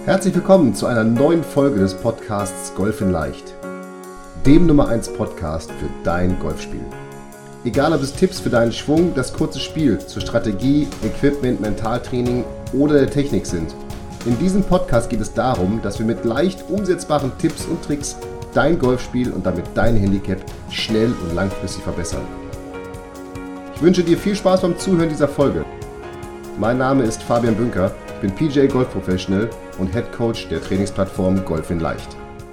Herzlich willkommen zu einer neuen Folge des Podcasts Golf in Leicht, dem Nummer 1 Podcast für dein Golfspiel. Egal ob es Tipps für deinen Schwung, das kurze Spiel, zur Strategie, Equipment, Mentaltraining oder der Technik sind. In diesem Podcast geht es darum, dass wir mit leicht umsetzbaren Tipps und Tricks dein Golfspiel und damit dein Handicap schnell und langfristig verbessern. Ich wünsche dir viel Spaß beim Zuhören dieser Folge. Mein Name ist Fabian Bünker, ich bin PGA Golf Professional und Head Coach der Trainingsplattform Golf in Leicht.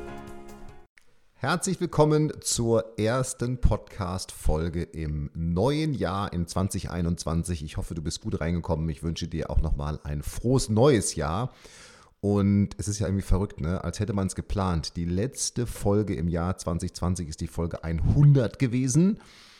Herzlich willkommen zur ersten Podcast-Folge im neuen Jahr in 2021. Ich hoffe, du bist gut reingekommen. Ich wünsche dir auch nochmal ein frohes neues Jahr. Und es ist ja irgendwie verrückt, ne? Als hätte man es geplant. Die letzte Folge im Jahr 2020 ist die Folge 100 gewesen.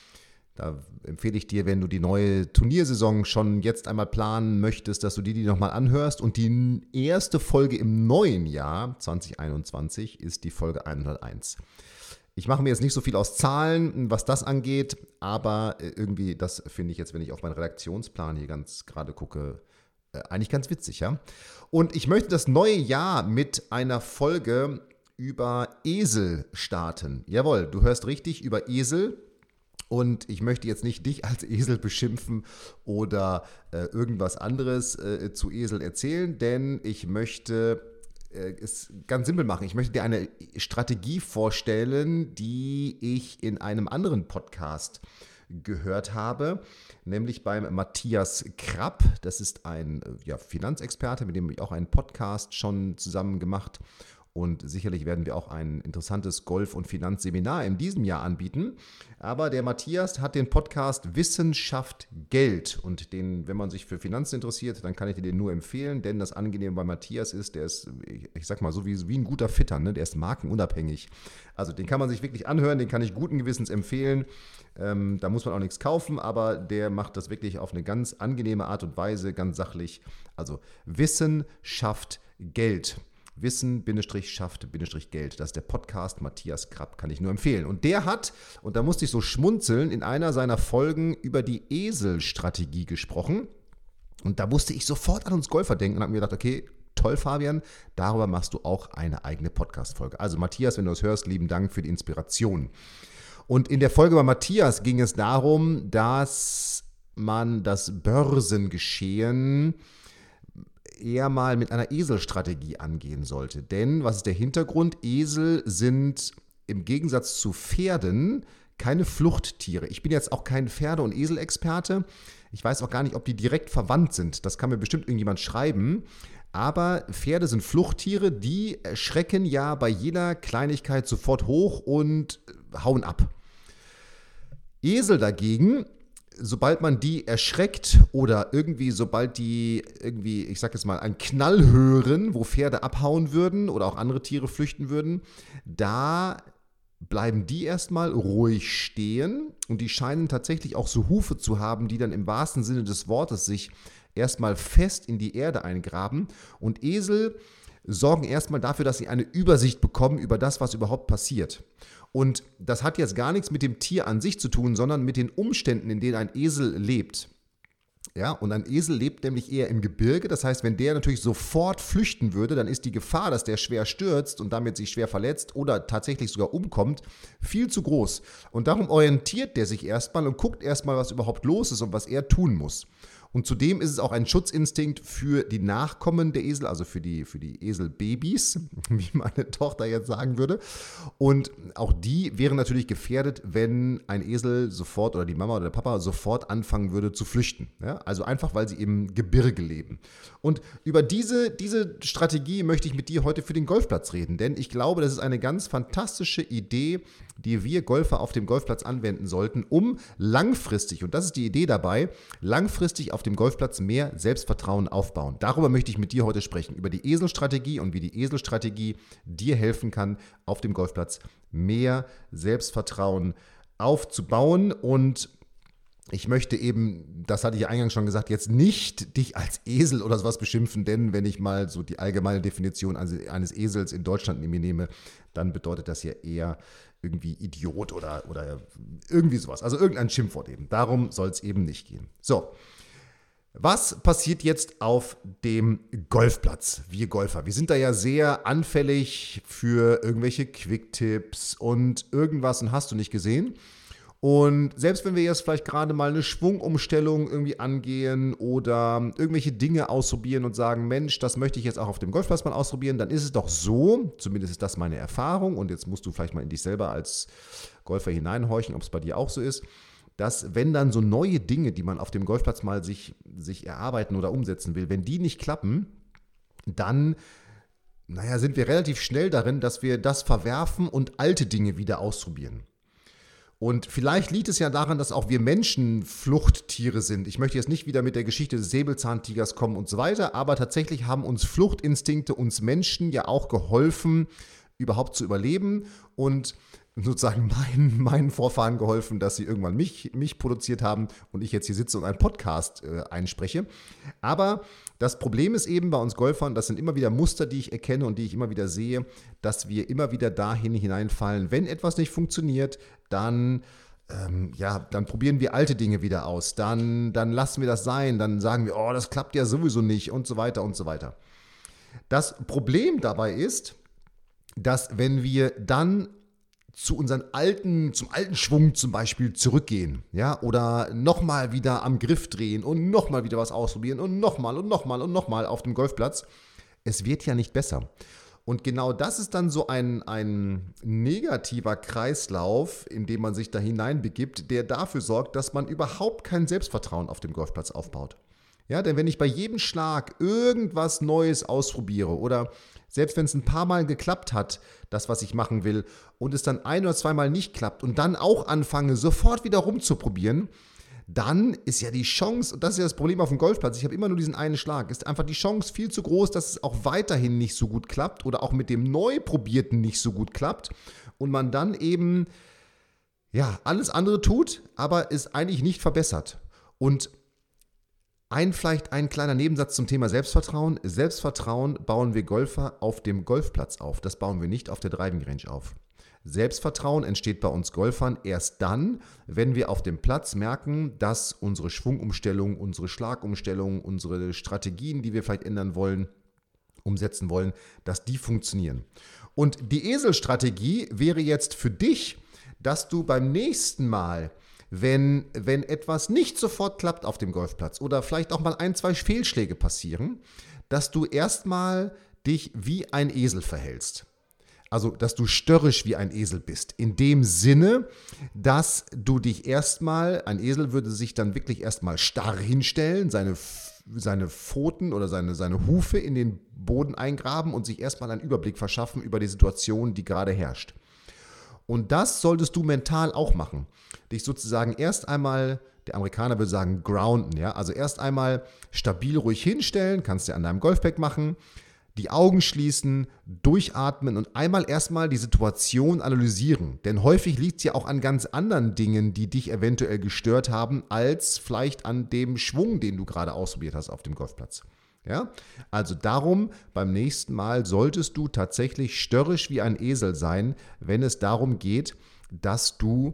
Da empfehle ich dir, wenn du die neue Turniersaison schon jetzt einmal planen möchtest, dass du die nochmal anhörst. Und die erste Folge im neuen Jahr 2021 ist die Folge 101. Ich mache mir jetzt nicht so viel aus Zahlen, was das angeht, aber irgendwie, das finde ich jetzt, wenn ich auf meinen Redaktionsplan hier ganz gerade gucke, eigentlich ganz witzig, ja. Und ich möchte das neue Jahr mit einer Folge über Esel starten. Jawohl, du hörst richtig, über Esel. Und ich möchte jetzt nicht dich als Esel beschimpfen oder irgendwas anderes zu Esel erzählen, denn ich möchte es ganz simpel machen. Ich möchte dir eine Strategie vorstellen, die ich in einem anderen Podcast gehört habe, nämlich beim Matthias Krapp. Das ist ein Finanzexperte, mit dem ich auch einen Podcast schon zusammen gemacht habe. Und sicherlich werden wir auch ein interessantes Golf- und Finanzseminar in diesem Jahr anbieten. Aber der Matthias hat den Podcast Wissenschaft Geld. Und den, wenn man sich für Finanzen interessiert, dann kann ich dir den nur empfehlen. Denn das Angenehme bei Matthias ist, der ist, ich sag mal so wie ein guter Fitter, ne? Der ist markenunabhängig. Also den kann man sich wirklich anhören, den kann ich guten Gewissens empfehlen. Da muss man auch nichts kaufen, aber der macht das wirklich auf eine ganz angenehme Art und Weise, ganz sachlich. Also Wissen schafft Geld. Wissen-schafft-Geld. Das ist der Podcast Matthias Krapp, kann ich nur empfehlen. Und der hat, und da musste ich so schmunzeln, in einer seiner Folgen über die Eselstrategie gesprochen. Und da musste ich sofort an uns Golfer denken und habe mir gedacht, okay, toll Fabian, darüber machst du auch eine eigene Podcast-Folge. Also Matthias, wenn du es hörst, lieben Dank für die Inspiration. Und in der Folge bei Matthias ging es darum, dass man das Börsengeschehen eher mal mit einer Eselstrategie angehen sollte. Denn, was ist der Hintergrund? Esel sind im Gegensatz zu Pferden keine Fluchttiere. Ich bin jetzt auch kein Pferde- und Eselexperte. Ich weiß auch gar nicht, ob die direkt verwandt sind. Das kann mir bestimmt irgendjemand schreiben. Aber Pferde sind Fluchttiere, die schrecken ja bei jeder Kleinigkeit sofort hoch und hauen ab. Esel dagegen, sobald man die erschreckt oder sobald die ich sag jetzt mal, einen Knall hören, wo Pferde abhauen würden oder auch andere Tiere flüchten würden, da bleiben die erstmal ruhig stehen und die scheinen tatsächlich auch so Hufe zu haben, die dann im wahrsten Sinne des Wortes sich erstmal fest in die Erde eingraben. Und Esel sorgen erstmal dafür, dass sie eine Übersicht bekommen über das, was überhaupt passiert. Und das hat jetzt gar nichts mit dem Tier an sich zu tun, sondern mit den Umständen, in denen ein Esel lebt. Ja, und ein Esel lebt nämlich eher im Gebirge. Das heißt, wenn der natürlich sofort flüchten würde, dann ist die Gefahr, dass der schwer stürzt und damit sich schwer verletzt oder tatsächlich sogar umkommt, viel zu groß. Und darum orientiert der sich erstmal und guckt erstmal, was überhaupt los ist und was er tun muss. Und zudem ist es auch ein Schutzinstinkt für die Nachkommen der Esel, also für die Eselbabys, wie meine Tochter jetzt sagen würde. Und auch die wären natürlich gefährdet, wenn ein Esel sofort oder die Mama oder der Papa sofort anfangen würde zu flüchten. Ja? Also einfach, weil sie im Gebirge leben. Und über diese Strategie möchte ich mit dir heute für den Golfplatz reden, denn ich glaube, das ist eine ganz fantastische Idee, die wir Golfer auf dem Golfplatz anwenden sollten, um langfristig, und das ist die Idee dabei, langfristig auf dem Golfplatz mehr Selbstvertrauen aufbauen. Darüber möchte ich mit dir heute sprechen, über die Eselstrategie und wie die Eselstrategie dir helfen kann, auf dem Golfplatz mehr Selbstvertrauen aufzubauen. Und ich möchte eben, das hatte ich ja eingangs schon gesagt, jetzt nicht dich als Esel oder sowas beschimpfen, denn wenn ich mal so die allgemeine Definition eines Esels in Deutschland nehme, dann bedeutet das ja eher irgendwie Idiot oder irgendwie sowas. Also irgendein Schimpfwort eben. Darum soll es eben nicht gehen. So, Was passiert jetzt auf dem Golfplatz? Wir Golfer, wir sind da ja sehr anfällig für irgendwelche Quick-Tipps und irgendwas und hast du nicht gesehen. Und selbst wenn wir jetzt vielleicht gerade mal eine Schwungumstellung irgendwie angehen oder irgendwelche Dinge ausprobieren und sagen, Mensch, das möchte ich jetzt auch auf dem Golfplatz mal ausprobieren, dann ist es doch so, zumindest ist das meine Erfahrung und jetzt musst du vielleicht mal in dich selber als Golfer hineinhorchen, ob es bei dir auch so ist, dass wenn dann so neue Dinge, die man auf dem Golfplatz mal sich erarbeiten oder umsetzen will, wenn die nicht klappen, dann sind wir relativ schnell darin, dass wir das verwerfen und alte Dinge wieder ausprobieren. Und vielleicht liegt es ja daran, dass auch wir Menschen Fluchttiere sind. Ich möchte jetzt nicht wieder mit der Geschichte des Säbelzahntigers kommen und so weiter, aber tatsächlich haben uns Fluchtinstinkte, uns Menschen ja auch geholfen, überhaupt zu überleben und sozusagen meinen Vorfahren geholfen, dass sie irgendwann mich produziert haben und ich jetzt hier sitze und einen Podcast einspreche. Aber das Problem ist eben bei uns Golfern, das sind immer wieder Muster, die ich erkenne und die ich immer wieder sehe, dass wir immer wieder dahin hineinfallen, wenn etwas nicht funktioniert, dann probieren wir alte Dinge wieder aus, dann lassen wir das sein, dann sagen wir, oh, das klappt ja sowieso nicht und so weiter und so weiter. Das Problem dabei ist, dass wenn wir dann zum alten Schwung zum Beispiel zurückgehen, ja, oder nochmal wieder am Griff drehen und nochmal wieder was ausprobieren und nochmal auf dem Golfplatz, es wird ja nicht besser. Und genau das ist dann so ein negativer Kreislauf, in dem man sich da hineinbegibt, der dafür sorgt, dass man überhaupt kein Selbstvertrauen auf dem Golfplatz aufbaut. Ja, denn wenn ich bei jedem Schlag irgendwas Neues ausprobiere oder selbst wenn es ein paar Mal geklappt hat, das, was ich machen will, und es dann ein oder zweimal nicht klappt und dann auch anfange, sofort wieder rumzuprobieren, dann ist ja die Chance, und das ist ja das Problem auf dem Golfplatz, ich habe immer nur diesen einen Schlag, ist einfach die Chance viel zu groß, dass es auch weiterhin nicht so gut klappt oder auch mit dem Neuprobierten nicht so gut klappt und man dann eben, alles andere tut, aber es eigentlich nicht verbessert. Und vielleicht ein kleiner Nebensatz zum Thema Selbstvertrauen. Selbstvertrauen bauen wir Golfer auf dem Golfplatz auf. Das bauen wir nicht auf der Driving Range auf. Selbstvertrauen entsteht bei uns Golfern erst dann, wenn wir auf dem Platz merken, dass unsere Schwungumstellung, unsere Schlagumstellung, unsere Strategien, die wir vielleicht ändern wollen, umsetzen wollen, dass die funktionieren. Und die Eselstrategie wäre jetzt für dich, dass du beim nächsten Mal, wenn etwas nicht sofort klappt auf dem Golfplatz oder vielleicht auch mal 1, 2 Fehlschläge passieren, dass du erstmal dich wie ein Esel verhältst. Also, dass du störrisch wie ein Esel bist. In dem Sinne, dass du dich ein Esel würde sich dann wirklich erstmal starr hinstellen, seine Pfoten oder seine Hufe in den Boden eingraben und sich erstmal einen Überblick verschaffen über die Situation, die gerade herrscht. Und das solltest du mental auch machen. Dich sozusagen erst einmal, der Amerikaner würde sagen, grounden. Ja? Also erst einmal stabil ruhig hinstellen, kannst du an deinem Golfbag machen, die Augen schließen, durchatmen und einmal erstmal die Situation analysieren. Denn häufig liegt es ja auch an ganz anderen Dingen, die dich eventuell gestört haben, als vielleicht an dem Schwung, den du gerade ausprobiert hast auf dem Golfplatz. Ja? Also darum, beim nächsten Mal solltest du tatsächlich störrisch wie ein Esel sein, wenn es darum geht, dass du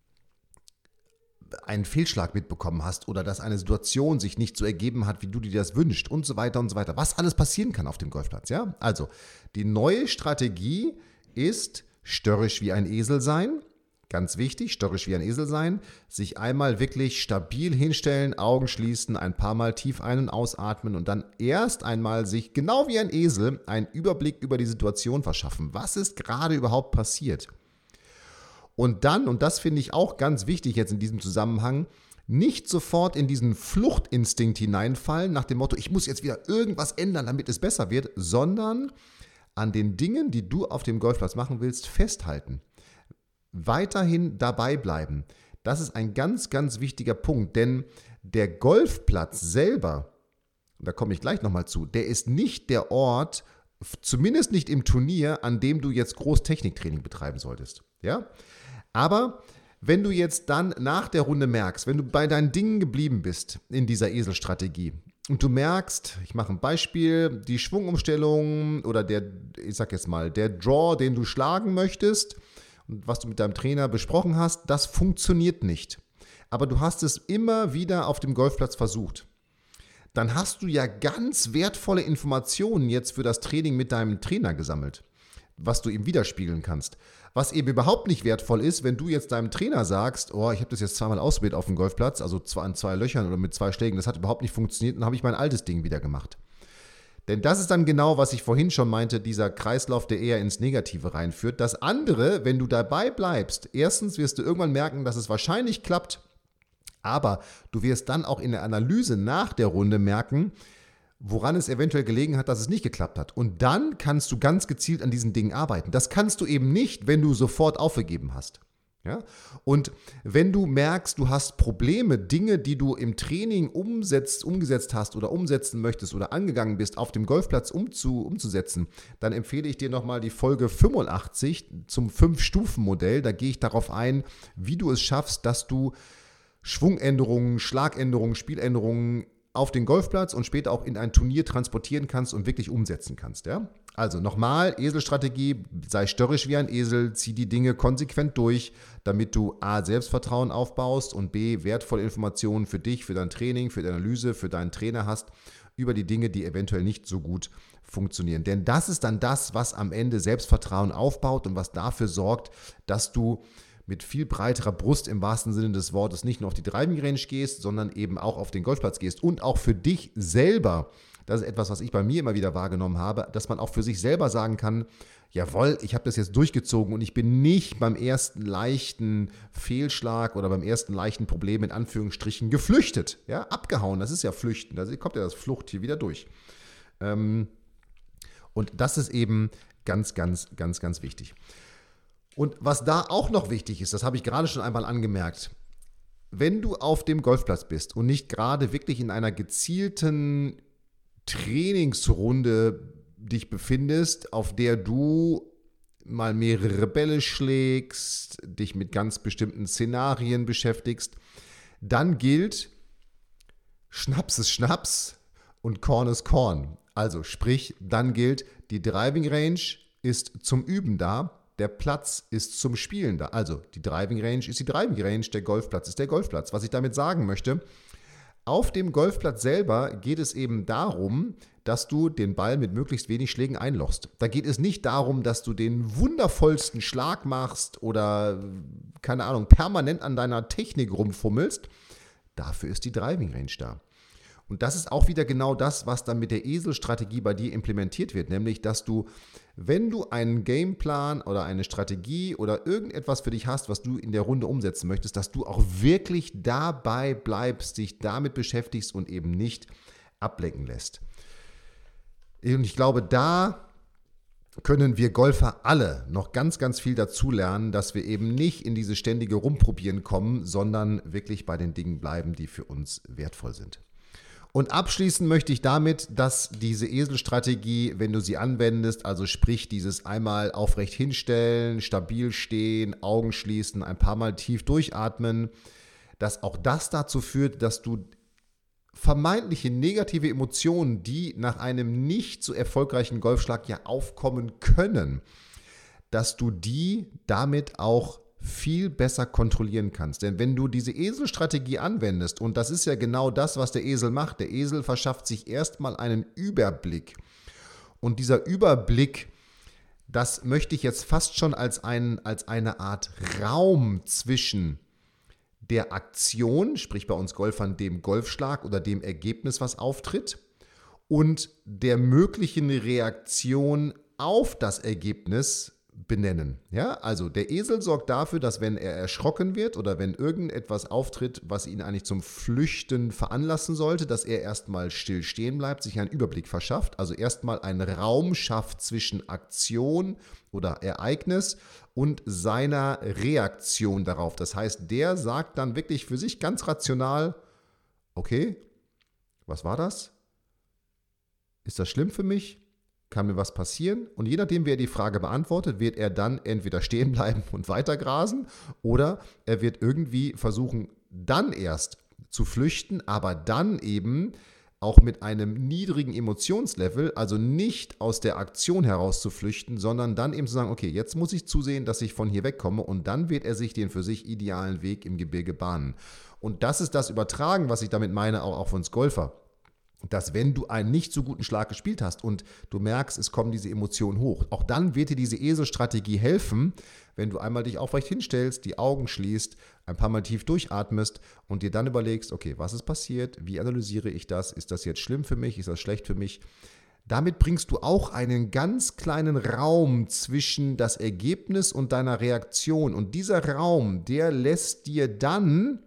einen Fehlschlag mitbekommen hast oder dass eine Situation sich nicht so ergeben hat, wie du dir das wünschst und so weiter und so weiter. Was alles passieren kann auf dem Golfplatz. Ja? Also die neue Strategie ist störrisch wie ein Esel sein. Ganz wichtig, störrisch wie ein Esel sein, sich einmal wirklich stabil hinstellen, Augen schließen, ein paar Mal tief ein- und ausatmen und dann erst einmal sich genau wie ein Esel einen Überblick über die Situation verschaffen. Was ist gerade überhaupt passiert? Und dann, und das finde ich auch ganz wichtig jetzt in diesem Zusammenhang, nicht sofort in diesen Fluchtinstinkt hineinfallen nach dem Motto, ich muss jetzt wieder irgendwas ändern, damit es besser wird, sondern an den Dingen, die du auf dem Golfplatz machen willst, festhalten. Weiterhin dabei bleiben. Das ist ein ganz, ganz wichtiger Punkt, denn der Golfplatz selber, da komme ich gleich nochmal zu, der ist nicht der Ort, zumindest nicht im Turnier, an dem du jetzt groß Techniktraining betreiben solltest. Ja? Aber wenn du jetzt dann nach der Runde merkst, wenn du bei deinen Dingen geblieben bist in dieser Eselstrategie und du merkst, ich mache ein Beispiel, die Schwungumstellung oder der Draw, den du schlagen möchtest, und was du mit deinem Trainer besprochen hast, das funktioniert nicht. Aber du hast es immer wieder auf dem Golfplatz versucht. dann hast du ja ganz wertvolle Informationen jetzt für das Training mit deinem Trainer gesammelt, was du ihm widerspiegeln kannst. Was eben überhaupt nicht wertvoll ist, wenn du jetzt deinem Trainer sagst, oh, ich habe das jetzt zweimal ausprobiert auf dem Golfplatz, also zwar an 2 Löchern oder mit 2 Schlägen, das hat überhaupt nicht funktioniert, und dann habe ich mein altes Ding wieder gemacht. Denn das ist dann genau, was ich vorhin schon meinte, dieser Kreislauf, der eher ins Negative reinführt. Das andere, wenn du dabei bleibst, erstens wirst du irgendwann merken, dass es wahrscheinlich klappt, aber du wirst dann auch in der Analyse nach der Runde merken, woran es eventuell gelegen hat, dass es nicht geklappt hat. Und dann kannst du ganz gezielt an diesen Dingen arbeiten. Das kannst du eben nicht, wenn du sofort aufgegeben hast. Ja? Und wenn du merkst, du hast Probleme, Dinge, die du im Training umgesetzt hast oder umsetzen möchtest oder angegangen bist, auf dem Golfplatz umzusetzen, dann empfehle ich dir nochmal die Folge 85 zum 5-Stufen-Modell. Da gehe ich darauf ein, wie du es schaffst, dass du Schwungänderungen, Schlagänderungen, Spieländerungen auf den Golfplatz und später auch in ein Turnier transportieren kannst und wirklich umsetzen kannst. Ja? Also nochmal, Eselstrategie, sei störrisch wie ein Esel, zieh die Dinge konsequent durch, damit du A, Selbstvertrauen aufbaust und B, wertvolle Informationen für dich, für dein Training, für die Analyse, für deinen Trainer hast, über die Dinge, die eventuell nicht so gut funktionieren. Denn das ist dann das, was am Ende Selbstvertrauen aufbaut und was dafür sorgt, dass du mit viel breiterer Brust im wahrsten Sinne des Wortes nicht nur auf die Driving Range gehst, sondern eben auch auf den Golfplatz gehst und auch für dich selber. Das ist etwas, was ich bei mir immer wieder wahrgenommen habe, dass man auch für sich selber sagen kann, jawohl, ich habe das jetzt durchgezogen und ich bin nicht beim ersten leichten Fehlschlag oder beim ersten leichten Problem in Anführungsstrichen geflüchtet, ja, abgehauen. Das ist ja Flüchten, da kommt ja das Fluchttier wieder durch. Und das ist eben ganz, ganz, ganz, ganz wichtig. Und was da auch noch wichtig ist, das habe ich gerade schon einmal angemerkt, wenn du auf dem Golfplatz bist und nicht gerade wirklich in einer gezielten Trainingsrunde dich befindest, auf der du mal mehrere Bälle schlägst, dich mit ganz bestimmten Szenarien beschäftigst, dann gilt, Schnaps ist Schnaps und Korn ist Korn. Also sprich, dann gilt, die Driving Range ist zum Üben da. Der Platz ist zum Spielen da. Also die Driving Range ist die Driving Range, der Golfplatz ist der Golfplatz. Was ich damit sagen möchte, auf dem Golfplatz selber geht es eben darum, dass du den Ball mit möglichst wenig Schlägen einlochst. Da geht es nicht darum, dass du den wundervollsten Schlag machst oder, keine Ahnung, permanent an deiner Technik rumfummelst. Dafür ist die Driving Range da. Und das ist auch wieder genau das, was dann mit der Eselstrategie bei dir implementiert wird, nämlich, dass du, wenn du einen Gameplan oder eine Strategie oder irgendetwas für dich hast, was du in der Runde umsetzen möchtest, dass du auch wirklich dabei bleibst, dich damit beschäftigst und eben nicht ablenken lässt. Und ich glaube, da können wir Golfer alle noch ganz, ganz viel dazu lernen, dass wir eben nicht in diese ständige Rumprobieren kommen, sondern wirklich bei den Dingen bleiben, die für uns wertvoll sind. Und abschließen möchte ich damit, dass diese Eselstrategie, wenn du sie anwendest, also sprich dieses einmal aufrecht hinstellen, stabil stehen, Augen schließen, ein paar Mal tief durchatmen, dass auch das dazu führt, dass du vermeintliche negative Emotionen, die nach einem nicht so erfolgreichen Golfschlag ja aufkommen können, dass du die damit auch viel besser kontrollieren kannst. Denn wenn du diese Eselstrategie anwendest, und das ist ja genau das, was der Esel macht, der Esel verschafft sich erstmal einen Überblick. Und dieser Überblick, das möchte ich jetzt fast schon als eine Art Raum zwischen der Aktion, sprich bei uns Golfern dem Golfschlag oder dem Ergebnis, was auftritt, und der möglichen Reaktion auf das Ergebnis benennen. Ja, also der Esel sorgt dafür, dass wenn er erschrocken wird oder wenn irgendetwas auftritt, was ihn eigentlich zum Flüchten veranlassen sollte, dass er erstmal still stehen bleibt, sich einen Überblick verschafft, also erstmal einen Raum schafft zwischen Aktion oder Ereignis und seiner Reaktion darauf. Das heißt, der sagt dann wirklich für sich ganz rational, okay, was war das? Ist das schlimm für mich? Kann mir was passieren? Und je nachdem, wer die Frage beantwortet, wird er dann entweder stehen bleiben und weiter grasen oder er wird irgendwie versuchen, dann erst zu flüchten, aber dann eben auch mit einem niedrigen Emotionslevel, also nicht aus der Aktion heraus zu flüchten, sondern dann eben zu sagen, okay, jetzt muss ich zusehen, dass ich von hier wegkomme und dann wird er sich den für sich idealen Weg im Gebirge bahnen. Und das ist das Übertragen, was ich damit meine, auch für uns Golfer. dass wenn du einen nicht so guten Schlag gespielt hast und du merkst, es kommen diese Emotionen hoch, auch dann wird dir diese Eselstrategie helfen, wenn du einmal dich aufrecht hinstellst, die Augen schließt, ein paar Mal tief durchatmest und dir dann überlegst, okay, was ist passiert, wie analysiere ich das, ist das jetzt schlimm für mich, ist das schlecht für mich? Damit bringst du auch einen ganz kleinen Raum zwischen das Ergebnis und deiner Reaktion. Und dieser Raum, der lässt dir dann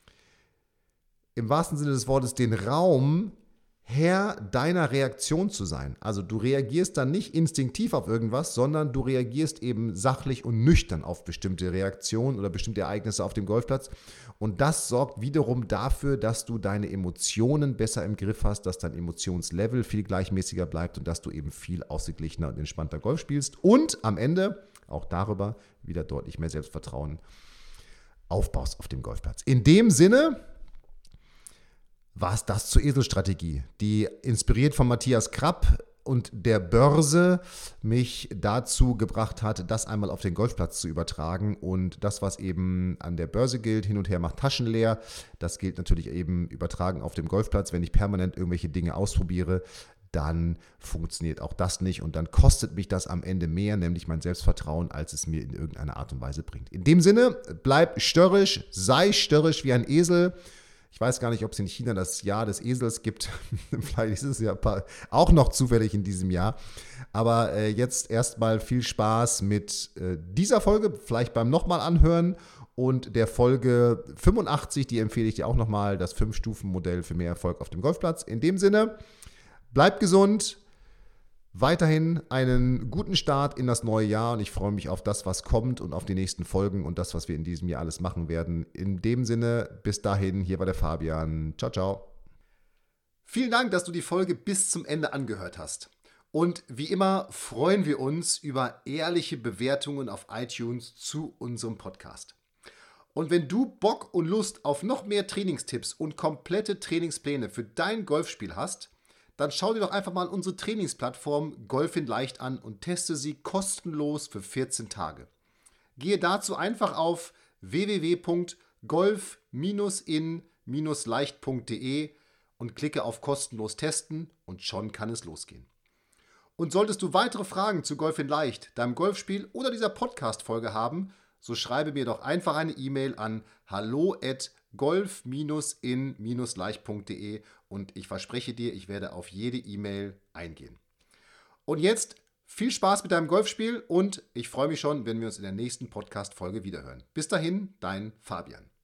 im wahrsten Sinne des Wortes den Raum, Herr deiner Reaktion zu sein. Also du reagierst dann nicht instinktiv auf irgendwas, sondern du reagierst eben sachlich und nüchtern auf bestimmte Reaktionen oder bestimmte Ereignisse auf dem Golfplatz. Und das sorgt wiederum dafür, dass du deine Emotionen besser im Griff hast, dass dein Emotionslevel viel gleichmäßiger bleibt und dass du eben viel ausgeglichener und entspannter Golf spielst. Und am Ende auch darüber wieder deutlich mehr Selbstvertrauen aufbaust auf dem Golfplatz. In dem Sinne war es das zur Eselstrategie, die inspiriert von Matthias Krapp und der Börse mich dazu gebracht hat, das einmal auf den Golfplatz zu übertragen. Und das, was eben an der Börse gilt, hin und her macht Taschen leer, das gilt natürlich eben übertragen auf dem Golfplatz. Wenn ich permanent irgendwelche Dinge ausprobiere, dann funktioniert auch das nicht und dann kostet mich das am Ende mehr, nämlich mein Selbstvertrauen, als es mir in irgendeiner Art und Weise bringt. In dem Sinne, bleib störrisch, sei störrisch wie ein Esel. Ich weiß gar nicht, ob es in China das Jahr des Esels gibt. Vielleicht ist es ja auch noch zufällig in diesem Jahr. Aber jetzt erstmal viel Spaß mit dieser Folge, vielleicht beim nochmal anhören. Und der Folge 85, die empfehle ich dir auch nochmal, das 5-Stufen-Modell für mehr Erfolg auf dem Golfplatz. In dem Sinne, bleib gesund. Weiterhin einen guten Start in das neue Jahr und ich freue mich auf das, was kommt und auf die nächsten Folgen und das, was wir in diesem Jahr alles machen werden. In dem Sinne, bis dahin, hier war der Fabian. Ciao, ciao. Vielen Dank, dass du die Folge bis zum Ende angehört hast. Und wie immer freuen wir uns über ehrliche Bewertungen auf iTunes zu unserem Podcast. Und wenn du Bock und Lust auf noch mehr Trainingstipps und komplette Trainingspläne für dein Golfspiel hast, dann schau dir doch einfach mal unsere Trainingsplattform Golf in Leicht an und teste sie kostenlos für 14 Tage. Gehe dazu einfach auf www.golf-in-leicht.de und klicke auf kostenlos testen und schon kann es losgehen. Und solltest du weitere Fragen zu Golf in Leicht, deinem Golfspiel oder dieser Podcast-Folge haben, so schreibe mir doch einfach eine E-Mail an hallo@golf-in-leicht.de und ich verspreche dir, ich werde auf jede E-Mail eingehen. Und jetzt viel Spaß mit deinem Golfspiel und ich freue mich schon, wenn wir uns in der nächsten Podcast-Folge wiederhören. Bis dahin, dein Fabian.